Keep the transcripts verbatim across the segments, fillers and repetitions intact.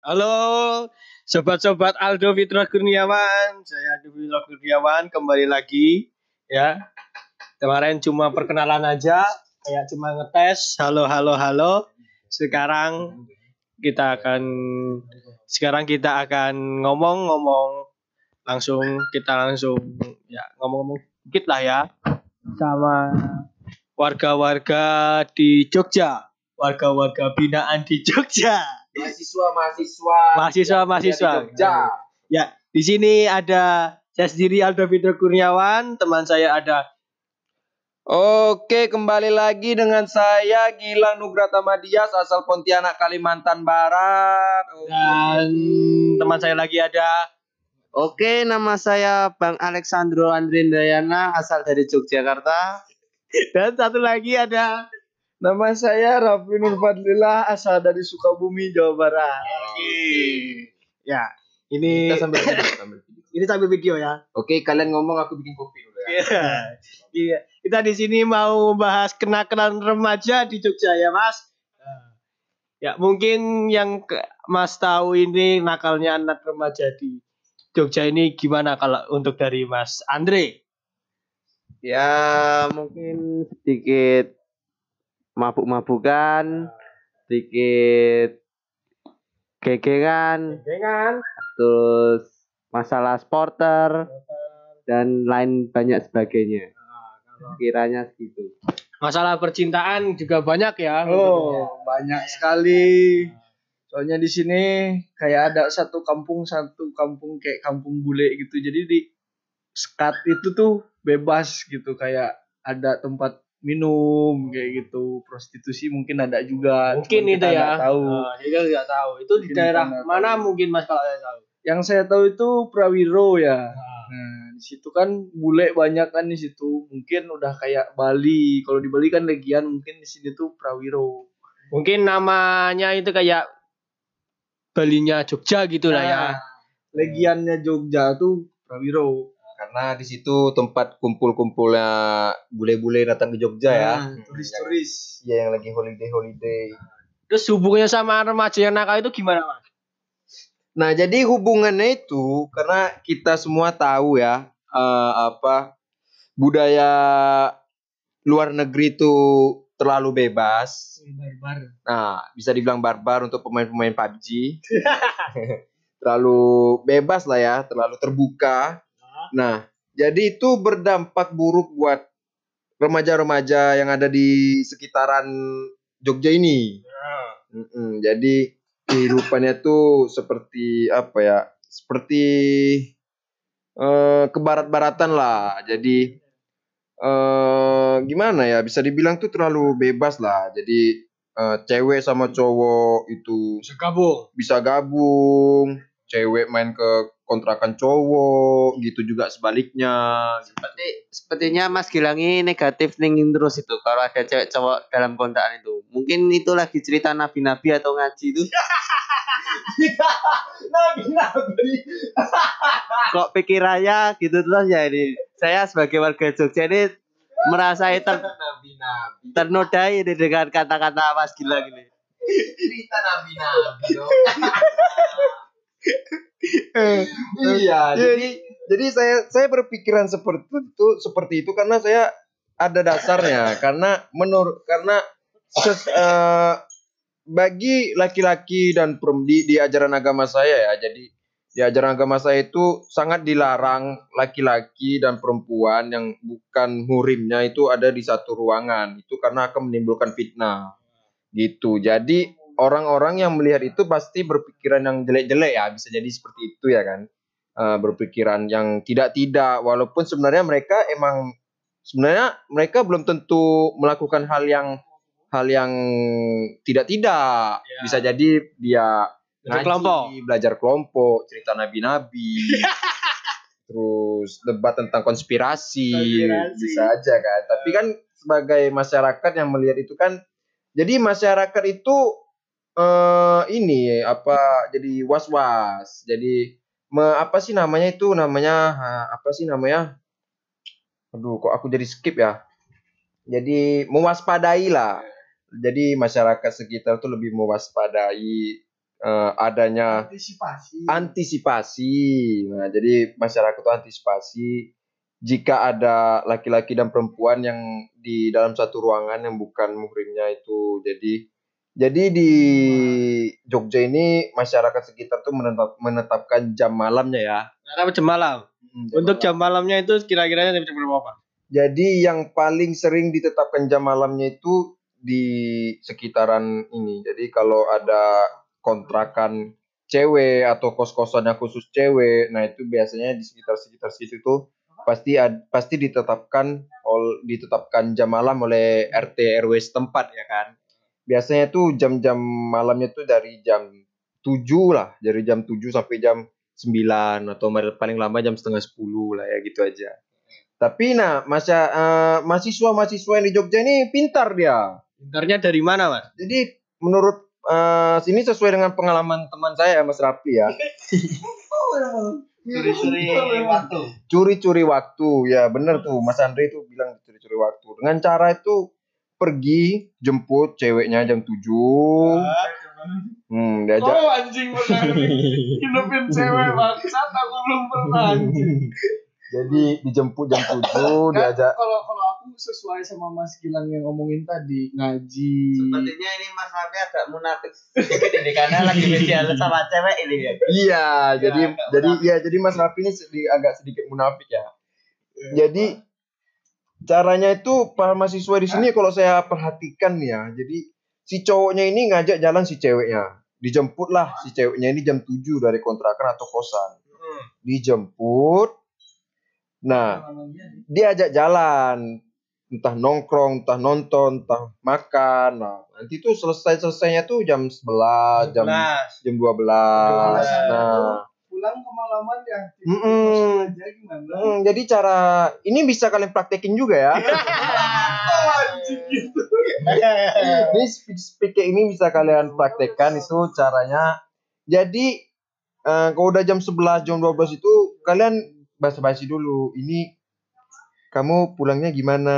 Halo, sobat-sobat Aldo Fitra Kurniawan. Saya Aldo Fitra Kurniawan kembali lagi ya. Kemarin cuma perkenalan aja, kayak cuma ngetes. Halo, halo, halo. Sekarang kita akan sekarang kita akan ngomong-ngomong langsung kita langsung ya ngomong-ngomong dikit lah ya sama warga-warga di Jogja, warga-warga binaan di Jogja. mahasiswa mahasiswa mahasiswa mahasiswa Jogja. Ya, di sini ada saya sendiri Aldo Fitra Kurniawan, teman saya ada. Oke, kembali lagi dengan saya Gilang Nugrata Madias asal Pontianak, Kalimantan Barat. Oke. Dan teman saya lagi ada. Oke, nama saya Bang Alexandro Andrindayana asal dari Yogyakarta. Dan satu lagi ada. Nama saya Raffi Nur Fadlillah asal dari Sukabumi, Jawa Barat. Ya, ini Kita sambil sambil. ini sambil video ya. Oke, kalian ngomong aku bikin kopi dulu ya. Iya. Iya. Kita di sini mau bahas kenakalan remaja di Jogja ya, Mas. Ya, mungkin yang ke- Mas tahu ini nakalnya anak remaja di Jogja ini gimana kalau untuk dari Mas Andre? Ya, mungkin sedikit mabuk-mabukan, sedikit gegengan, Dengan terus masalah sporter dan lain banyak sebagainya. Kiranya segitu. masalah percintaan juga banyak ya. Oh, banyak sekali. Soalnya di sini kayak ada satu kampung satu kampung kayak kampung bule gitu. Jadi di sekat itu tuh bebas gitu, kayak ada tempat minum kayak gitu. Prostitusi mungkin ada juga. Mungkin cuman itu kita ya. nggak tahu. Nah, kita nggak tahu. Itu di Mungkin daerah kita nggak mana tahu. mungkin Mas kalau saya tahu. Yang saya tahu itu Prawiro ya. Nah, di situ kan bule banyak kan di situ. Mungkin udah kayak Bali. Kalau di Bali kan Legian, mungkin di sini tuh Prawiro. Mungkin namanya itu kayak Balinya Jogja gitu lah ya. Nah, Legiannya Jogja tuh Prawiro. Karena di situ tempat kumpul-kumpulnya bule-bule datang ke Jogja ya. Nah, turis-turis. Iya, yang lagi holiday-holiday. Terus hubungannya sama remaja yang nakal itu gimana, Mas? Nah, jadi hubungannya itu karena kita semua tahu ya eh, apa budaya luar negeri itu terlalu bebas. Barbar. Nah, bisa dibilang barbar untuk pemain-pemain P U B G. Terlalu bebas lah ya, terlalu terbuka. Nah, jadi itu berdampak buruk buat remaja-remaja yang ada di sekitaran Jogja ini. Mm-mm, jadi kehidupannya tuh seperti apa ya? Seperti eh, kebarat-baratan lah. Jadi eh gimana ya? Bisa dibilang tuh terlalu bebas lah. Jadi eh, cewek sama cowok itu Bisa gabung. bisa gabung. Cewek main ke kontrakan cowok, gitu juga sebaliknya. Seperti sepertinya Mas Gilang ini negatif thinking terus itu kalau ada cewek cowok dalam kontrakan itu. Mungkin itu lagi cerita nabi-nabi atau ngaji itu. Nabi-nabi. Kok pikirannya gitu terus ya ini. Saya sebagai warga Jogja ini merasa ter Nabi-nabi. ternodai ini dengan kata-kata Mas Gilang ini. Cerita nabi-nabi dong. Iya, jadi jadi saya saya berpikiran seperti itu seperti itu karena saya ada dasarnya karena menurut karena ses, eh, bagi laki-laki dan perempuan di, di ajaran agama saya ya, jadi di ajaran agama saya itu sangat dilarang laki-laki dan perempuan yang bukan muhrimnya itu ada di satu ruangan, itu karena akan menimbulkan fitnah gitu. Jadi orang-orang yang melihat itu pasti berpikiran yang jelek-jelek ya, bisa jadi seperti itu ya kan. Eh, berpikiran yang tidak-tidak, walaupun sebenarnya mereka emang sebenarnya mereka belum tentu melakukan hal yang hal yang tidak-tidak. Ya. Bisa jadi dia Belajar ngaji, kelompok. belajar kelompok, cerita nabi-nabi. Terus debat tentang konspirasi, Konspirasi. bisa aja kan. Tapi kan sebagai masyarakat yang melihat itu kan, jadi masyarakat itu eh ini apa jadi was-was. Jadi me, apa sih namanya itu namanya ha, apa sih namanya? Aduh, kok aku jadi skip ya. Jadi mewaspadai lah. Jadi masyarakat sekitar tuh lebih mewaspadai eh, adanya Antisipasi. antisipasi. Nah, jadi masyarakat itu antisipasi jika ada laki-laki dan perempuan yang di dalam satu ruangan yang bukan muhrimnya itu. Jadi jadi di Jogja ini masyarakat sekitar tuh menetap, menetapkan jam malamnya ya. Kenapa jam malam? Hmm, jam Untuk malam. jam malamnya itu kira-kira jam berapa, Pak? Jadi yang paling sering ditetapkan jam malamnya itu di sekitaran ini. Jadi kalau ada kontrakan cewek atau kos-kosannya khusus cewek, nah itu biasanya di sekitar-sekitar situ tuh pasti ad- pasti ditetapkan ol, ditetapkan jam malam oleh R T R W setempat ya kan. Biasanya tuh jam-jam malamnya tuh dari jam tujuh lah, dari jam tujuh sampai jam sembilan atau paling lama jam setengah sepuluh lah ya gitu aja. Tapi nah, masa eh, mahasiswa-mahasiswa yang di Jogja ini pintar dia. Pintarnya dari mana, Mas? Jadi menurut eh, sini sesuai dengan pengalaman teman saya Mas Rafi ya. Curi-curi waktu. Curi-curi waktu. Ya bener tuh Mas Andre tuh bilang curi-curi waktu. Dengan cara itu pergi jemput ceweknya jam tujuh. Hmm, diajak. Oh anjing benar. Hidupin cewek bangsat aku belum pernah anjing. Jadi dijemput jam tujuh, Kan diajak. kalau kalau aku sesuai sama Mas Gilang yang ngomongin tadi ngaji. Sepertinya ini Mas Rafi agak munafik sedikit ini karena lagi berjalan sama cewek ini ya. Iya, jadi agak jadi munafik. ya jadi Mas Rafi ini sedi- agak sedikit munafik ya. Jadi caranya itu para mahasiswa di sini kalau saya perhatikan nih ya, jadi si cowoknya ini ngajak jalan si ceweknya. Dijemputlah si ceweknya ini jam tujuh dari kontrakan atau kosan. Dijemput. Nah, diajak jalan, entah nongkrong, entah nonton, entah makan. Nah, nanti tuh selesai-selesainya tuh jam sebelas, jam jam dua belas. Nah, Pulang kemalaman ya. Mm-mm. Aja gimana? hmm, jadi cara ini bisa kalian praktekin juga ya. Oh anjing gitu. Ini speak speak ini bisa kalian praktekkan itu caranya. Jadi eh, kalau udah jam sebelas, jam dua belas itu kalian basa-basi dulu. Ini kamu pulangnya gimana?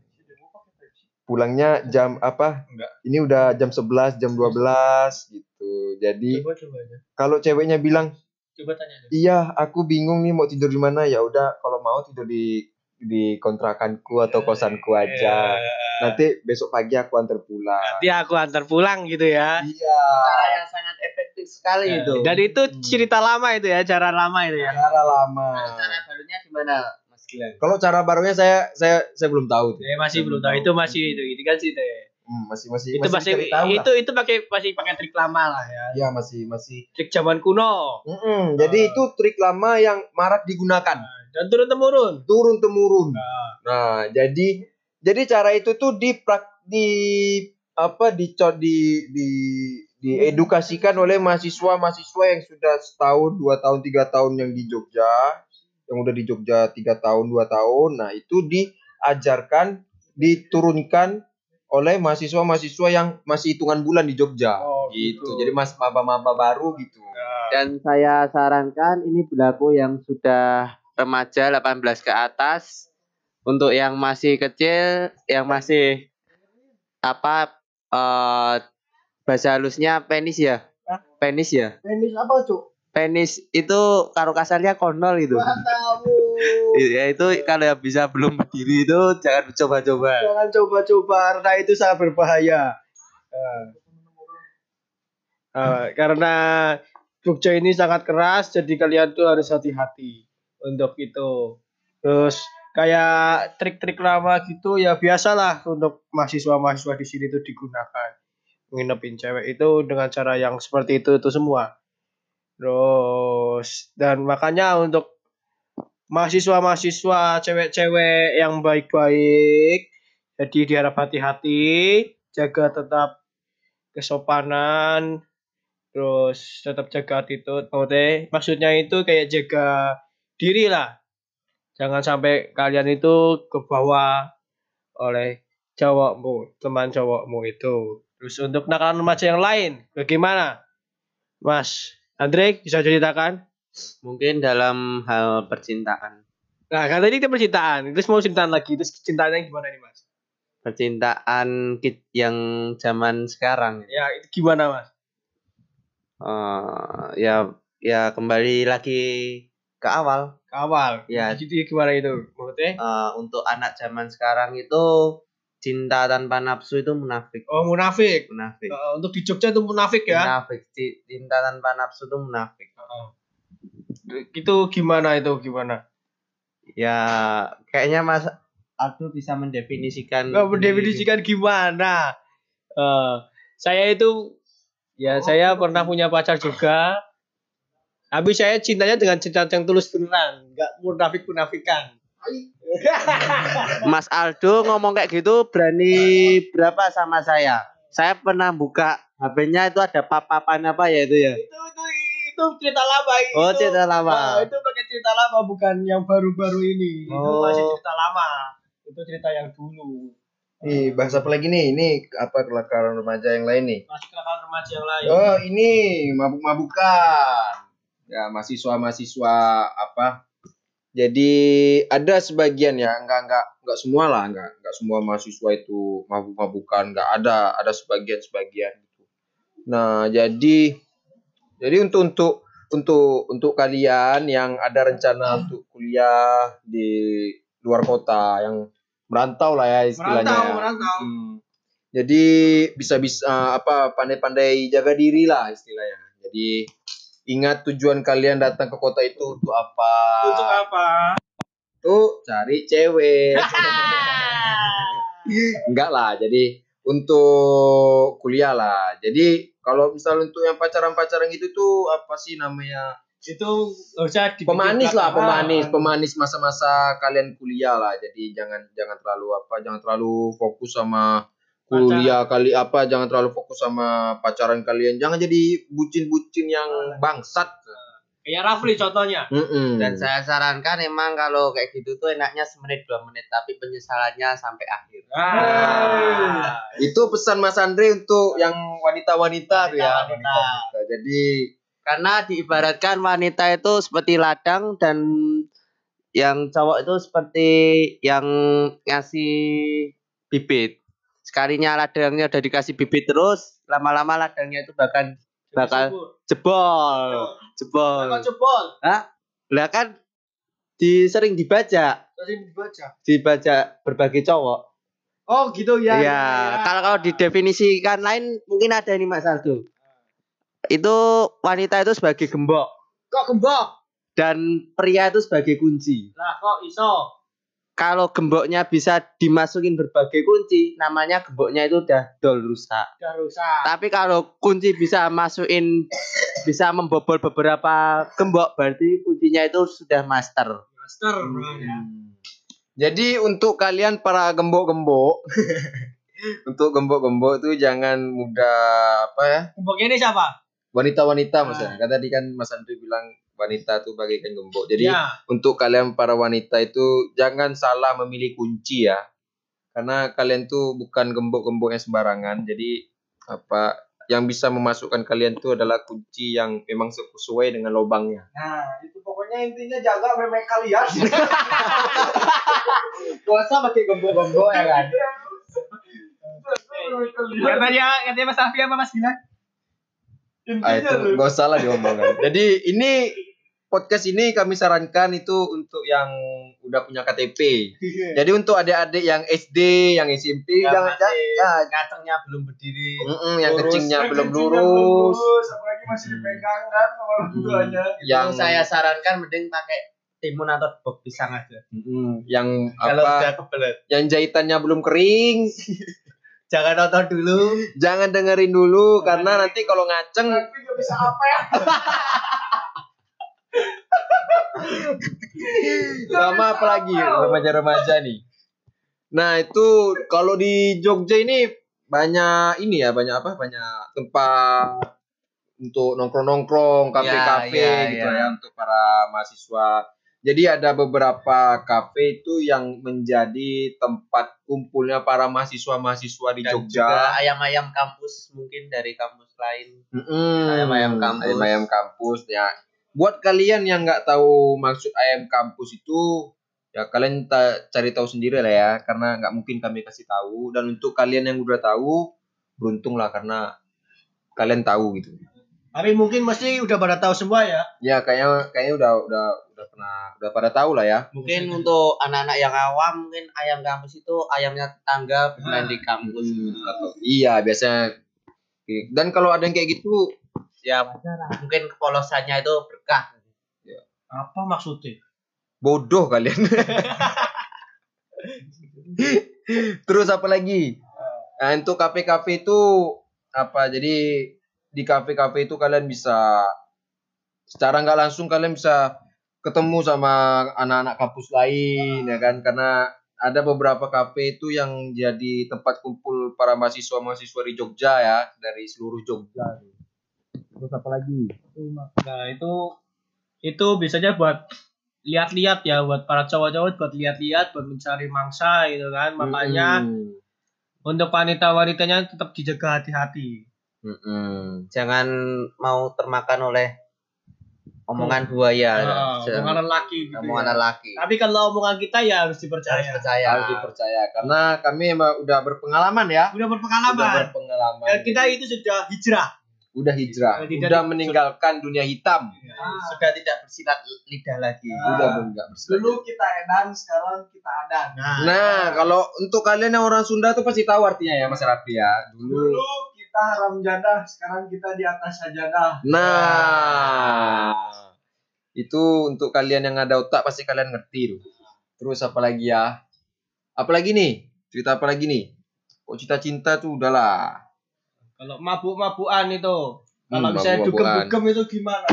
Pulangnya jam apa? Ini udah jam sebelas, jam dua belas gitu. Jadi Coba coba aja. kalau ceweknya bilang, Coba tanya. "Iya, aku bingung nih mau tidur di mana." Ya udah, kalau mau tidur di di kontrakanku atau kosanku aja. Nanti besok pagi aku antar pulang. Nanti aku antar pulang gitu ya. Iya. Cara yang sangat efektif sekali itu. Dan itu cerita lama itu ya, cara lama itu ya. Cara lama. Cara barunya gimana Mas Gilang? Kalau cara barunya saya saya saya belum tahu tuh. Ya, masih belum tahu itu masih itu itu kan sih itu. ya. Hmm, masih masih Itu masih dicari tahu itu lah. itu pakai masih pakai trik lama lah ya. Iya, masih masih. Trik zaman kuno. Mm-mm, jadi itu trik lama yang marak digunakan Dan turun temurun. turun temurun. Nah, Nah, jadi jadi cara itu tuh di di apa di di di diedukasikan oleh mahasiswa-mahasiswa yang sudah setahun, dua tahun, tiga tahun yang di Jogja, yang udah di Jogja tiga tahun, dua tahun. Nah, itu diajarkan, diturunkan oleh mahasiswa-mahasiswa yang masih hitungan bulan di Jogja. Oh, gitu. gitu. Jadi mas maba-maba baru gitu. Dan saya sarankan ini berlaku yang sudah remaja delapan belas ke atas. Untuk yang masih kecil, yang masih apa eh bahasa halusnya penis ya? Penis ya? Penis apa, Cuk? Penis itu karo kasarnya kondol itu. Tahu. Ya itu kalau yang bisa belum berdiri itu jangan coba-coba. Jangan coba-coba karena itu sangat berbahaya. Eh, eh, karena Jogja ini sangat keras, jadi kalian tuh harus hati-hati untuk itu. Terus kayak trik-trik lama gitu ya biasalah untuk mahasiswa-mahasiswa di sini tuh digunakan nginepin cewek itu dengan cara yang seperti itu itu semua. Terus dan makanya untuk mahasiswa-mahasiswa cewek-cewek yang baik-baik jadi diharap hati-hati, jaga tetap kesopanan, terus tetap jaga attitude. Maksudnya, maksudnya itu kayak jaga diri lah. Jangan sampai kalian itu kebawa oleh cowokmu, teman cowokmu itu. Terus untuk nakalan remaja yang lain, bagaimana? Mas Andre bisa ceritakan? Mungkin dalam hal percintaan. Nah, kan tadi kita percintaan, terus mau cintaan lagi, terus cintanya gimana nih Mas? Percintaan kit yang zaman sekarang. Ya, itu gimana Mas? Eh, ya ya kembali lagi ke awal. Ke awal. Ya. Jadi gimana itu? Maksudnya? Eh, untuk anak zaman sekarang itu cinta tanpa nafsu itu munafik. Oh, munafik. Munafik. Uh, untuk di Jogja itu munafik ya? Munafik. Ci- Cinta tanpa nafsu itu munafik. Uh, itu gimana itu gimana? Ya kayaknya Mas Aldo bisa mendefinisikan. Nggak mendefinisikan gimana? Uh, saya itu ya Oh, saya pernah punya pacar juga. Tapi saya cintanya dengan cinta yang tulus beneran, nggak munafik munafikan. Mas Aldo ngomong kayak gitu berani berapa sama saya? Saya pernah buka H P-nya itu ada pap-papan apa ya itu ya? Itu itu itu cerita lama itu. Oh, cerita lama. Nah, itu pakai cerita lama bukan yang baru-baru ini. Itu Oh. masih cerita lama. Itu cerita yang dulu. Nih, bahas apa lagi nih? Ini apa kelakaran remaja yang lain nih? Masih kenakalan remaja yang lain. Oh, ini mabuk-mabukan. Ya, mahasiswa-mahasiswa apa? Jadi ada sebagian ya, enggak enggak enggak semua lah, enggak enggak semua mahasiswa itu mabuk-mabukan, enggak ada, ada sebagian-sebagian gitu. Nah, jadi jadi untuk untuk untuk untuk kalian yang ada rencana untuk kuliah di luar kota yang merantau lah ya istilahnya. Merantau, ya. merantau. Hmm. Jadi bisa-bisa apa pandai-pandai jaga diri lah istilahnya. Jadi ingat tujuan kalian datang ke kota itu untuk apa? Untuk apa? Tuh cari cewek. Enggak lah, jadi untuk kuliah lah. Jadi kalau misal untuk yang pacaran-pacaran gitu tuh apa sih namanya? Itu nggak usah dibikin Pemanis lah, belakangan. pemanis, pemanis masa-masa kalian kuliah lah. Jadi jangan jangan terlalu apa, jangan terlalu fokus sama kuliah kali apa, jangan terlalu fokus sama pacaran kalian. Jangan jadi bucin-bucin yang bangsat. Kayak Rafli contohnya. Mm-mm. Dan saya sarankan emang kalau kayak gitu tuh enaknya semenit dua menit tapi penyesalannya sampai akhir. Ah. Itu pesan Mas Andre untuk yang wanita-wanita tuh ya. Wanita-wanita. Wanita-wanita. Jadi Karena diibaratkan wanita itu seperti ladang dan yang cowok itu seperti yang ngasih bibit. Sekalinya ladangnya udah dikasih bibit terus, lama-lama ladangnya itu bahkan bakal jebol. Jebol. Bakal jebol. Hah? Lah kan di sering dibaca, Tadi dibaca. dibaca berbagai cowok. Oh gitu ya. Iya, kalau kalau didefinisikan lain mungkin ada ini Mas Aldo. Itu wanita itu sebagai gembok Kok gembok? dan pria itu sebagai kunci. Lah kok iso? Kalau gemboknya bisa dimasukin berbagai kunci, namanya gemboknya itu udah dol rusak. Udah rusak. Tapi kalau kunci bisa masukin, bisa membobol beberapa gembok, berarti kuncinya itu sudah master. Master. Hmm. Jadi untuk kalian para gembok-gembok, untuk gembok-gembok itu jangan mudah apa ya? Gemboknya ini siapa? Wanita-wanita maksudnya. Kan tadi kan Mas Andre bilang wanita itu bagaikan gembok. Jadi Ya. untuk kalian para wanita itu jangan salah memilih kunci ya. Karena kalian tuh bukan gembok-gembok yang sembarangan. Jadi apa yang bisa memasukkan kalian tuh adalah kunci yang memang sesuai dengan lubangnya. Nah, itu pokoknya intinya jaga memek kalian. Gak usah pakai gembok-gembok ya kan. Katanya katanya Mas Afi apa Mas Gilang? Ah, itu gak usah lah diomongkan. Jadi ini podcast ini kami sarankan itu untuk yang udah punya K T P. Jadi untuk adik-adik yang S D, yang S M P, Yang jangan masih ya, Kacangnya belum berdiri. mm-mm, yang lurus. kencingnya Yang belum kencingnya lurus. apalagi masih dipegang kan sama orang tuanya. Yang Itu saya sarankan mending pakai timun atau bok pisang aja. mm, yang Kalau udah apa? kebelet. Yang jahitannya belum kering. Jangan nonton dulu. Jangan dengerin dulu karena nanti kalau ngaceng Tapi gak bisa apa ya. sama apa lagi remaja-remaja nih. Nah, itu kalau di Jogja ini banyak ini ya, banyak apa? Banyak tempat untuk nongkrong-nongkrong, kafe-kafe Ya, ya, gitu ya. ya untuk para mahasiswa. Jadi ada beberapa kafe itu yang menjadi tempat kumpulnya para mahasiswa-mahasiswa di Dan Jogja. juga ayam-ayam kampus mungkin dari kampus lain. Mm-mm. Ayam-ayam kampus. Ayam-ayam kampus ya. Buat kalian yang nggak tahu maksud ayam kampus itu, ya kalian ta- cari tahu sendiri lah ya, karena nggak mungkin kami kasih tahu. Dan untuk kalian yang udah tahu, beruntung lah karena kalian tahu gitu. Tapi mungkin mesti udah pada tahu semua ya. Ya kayaknya kayaknya udah udah udah pernah udah pada tahu lah ya. Mungkin untuk anak-anak yang awam, mungkin ayam kampus itu ayamnya tetangga bermain di kampus. Hmm, atau iya biasanya. Dan kalau ada yang kayak gitu Ya wajar lah. Mungkin kepolosannya itu berkah. Apa maksudnya? bodoh kalian. Terus apa lagi? Nah, untuk kafe-kafe itu apa? Jadi di kafe-kafe itu kalian bisa secara nggak langsung kalian bisa ketemu sama anak-anak kampus lain ya kan, karena ada beberapa kafe itu yang jadi tempat kumpul para mahasiswa-mahasiswa di Jogja ya, dari seluruh Jogja. Terus apa lagi? Nah itu itu biasanya buat lihat-lihat ya, buat para cowok-cowok buat lihat-lihat, buat mencari mangsa gitu kan. Makanya Mm-mm. untuk wanita-wanitanya tetap dijaga hati-hati. Mm-mm. Jangan mau termakan oleh omongan buaya. Nah, Jangan- omongan lelaki gitu omongan ya. lelaki. Tapi kalau omongan kita ya harus dipercaya. Harus percaya. Harus dipercaya karena kami emang udah berpengalaman ya. Udah Udah berpengalaman. berpengalaman. Dan kita itu sudah hijrah. Udah hijrah, Tidak- udah meninggalkan dunia hitam. Sudah tidak bersilat lidah lagi. Udah enggak bersilat. Dulu kita edan, sekarang kita adan. Nah, Nah, kalau untuk kalian yang orang Sunda tuh pasti tahu artinya ya Mas Rafi ya. Dulu. Dulu kita haram jadah, sekarang kita di atas sajadah. Nah, itu untuk kalian yang ada otak pasti kalian ngerti tuh. Terus apa lagi ya? Apalagi nih? Cerita apa lagi nih? Kok cinta-cinta tuh udahlah. kalau mabuk-mabukan itu, kalau Hmm, misalnya mabuk-mabukan. dugem-dugem itu gimana?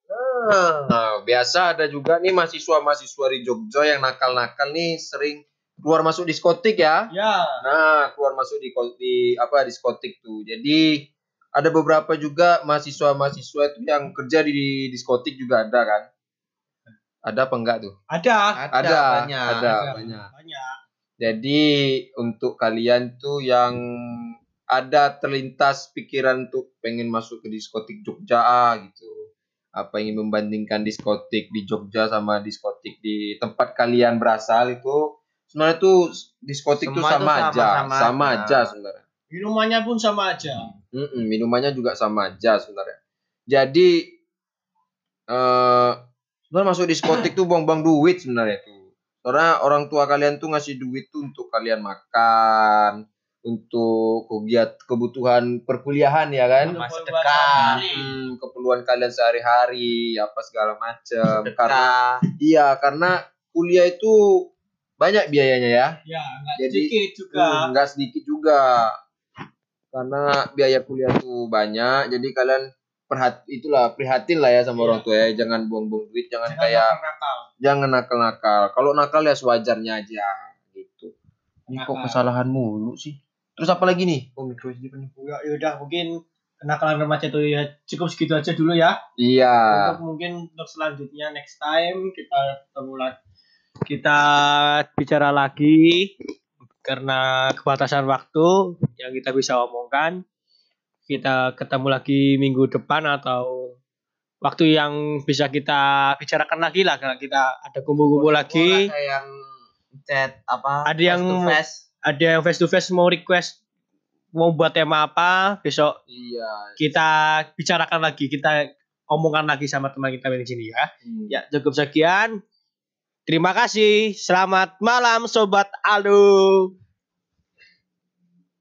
Nah, biasa ada juga nih mahasiswa-mahasiswa di Jogja yang nakal-nakal nih sering keluar masuk diskotik ya. Ya, Nah, keluar masuk di, di apa diskotik tuh. Jadi ada beberapa juga mahasiswa-mahasiswa itu yang kerja di diskotik juga ada kan? Ada apa enggak tuh? ada. Ada, banyak. ada, Ada. banyak. Banyak. Jadi untuk kalian tuh yang ada terlintas pikiran tuh pengen masuk ke diskotik Jogja ah, gitu. Apa ingin membandingkan diskotik di Jogja sama diskotik di tempat kalian berasal itu sebenarnya tuh diskotik tuh Semua sama, itu aja, sama-sama sama aja. aja sebenarnya. Minumannya pun sama aja. Mm-mm, minumannya juga sama aja sebenarnya. Jadi eh sebenarnya masuk diskotik tuh buang-buang duit sebenarnya tuh. Karena orang tua kalian tuh ngasih duit tuh untuk kalian makan, untuk kegiatan kebutuhan perkuliahan ya kan. Sama sedekah. Hmm, keperluan kalian sehari-hari apa segala macam. Karena Sedekah. iya, karena kuliah itu banyak biayanya ya. Ya, nggak Jadi, sedikit juga. Hmm, nggak sedikit juga. Karena biaya kuliah tuh banyak, jadi kalian perhat itulah prihatin lah ya sama Iya. orang tua ya, jangan buang-buang duit, jangan, Jangan kayak nakal-nakal. jangan nakal-nakal. Kalau nakal ya sewajarnya aja gitu. Ini kok Nakal. kesalahan mulu sih. Terus apa lagi nih? Oh, mikro S D penuh. Ya, yaudah mungkin kenakalan remaja itu ya cukup segitu aja dulu ya. Iya. Untuk mungkin untuk selanjutnya next time kita ketemu lagi, kita bicara lagi karena kebatasan waktu yang kita bisa omongkan. Kita ketemu lagi minggu depan atau waktu yang bisa kita bicarakan lagi lah, kalau kita ada kumpul-kumpul lagi. Ada yang chat apa? Ada yang face to face. Ada yang face to face mau request mau buat tema apa, besok Iya. kita bicarakan lagi, kita omongkan lagi sama teman kita di sini ya. Hmm. Ya, cukup sekian. Terima kasih. Selamat malam Sobat Aldo.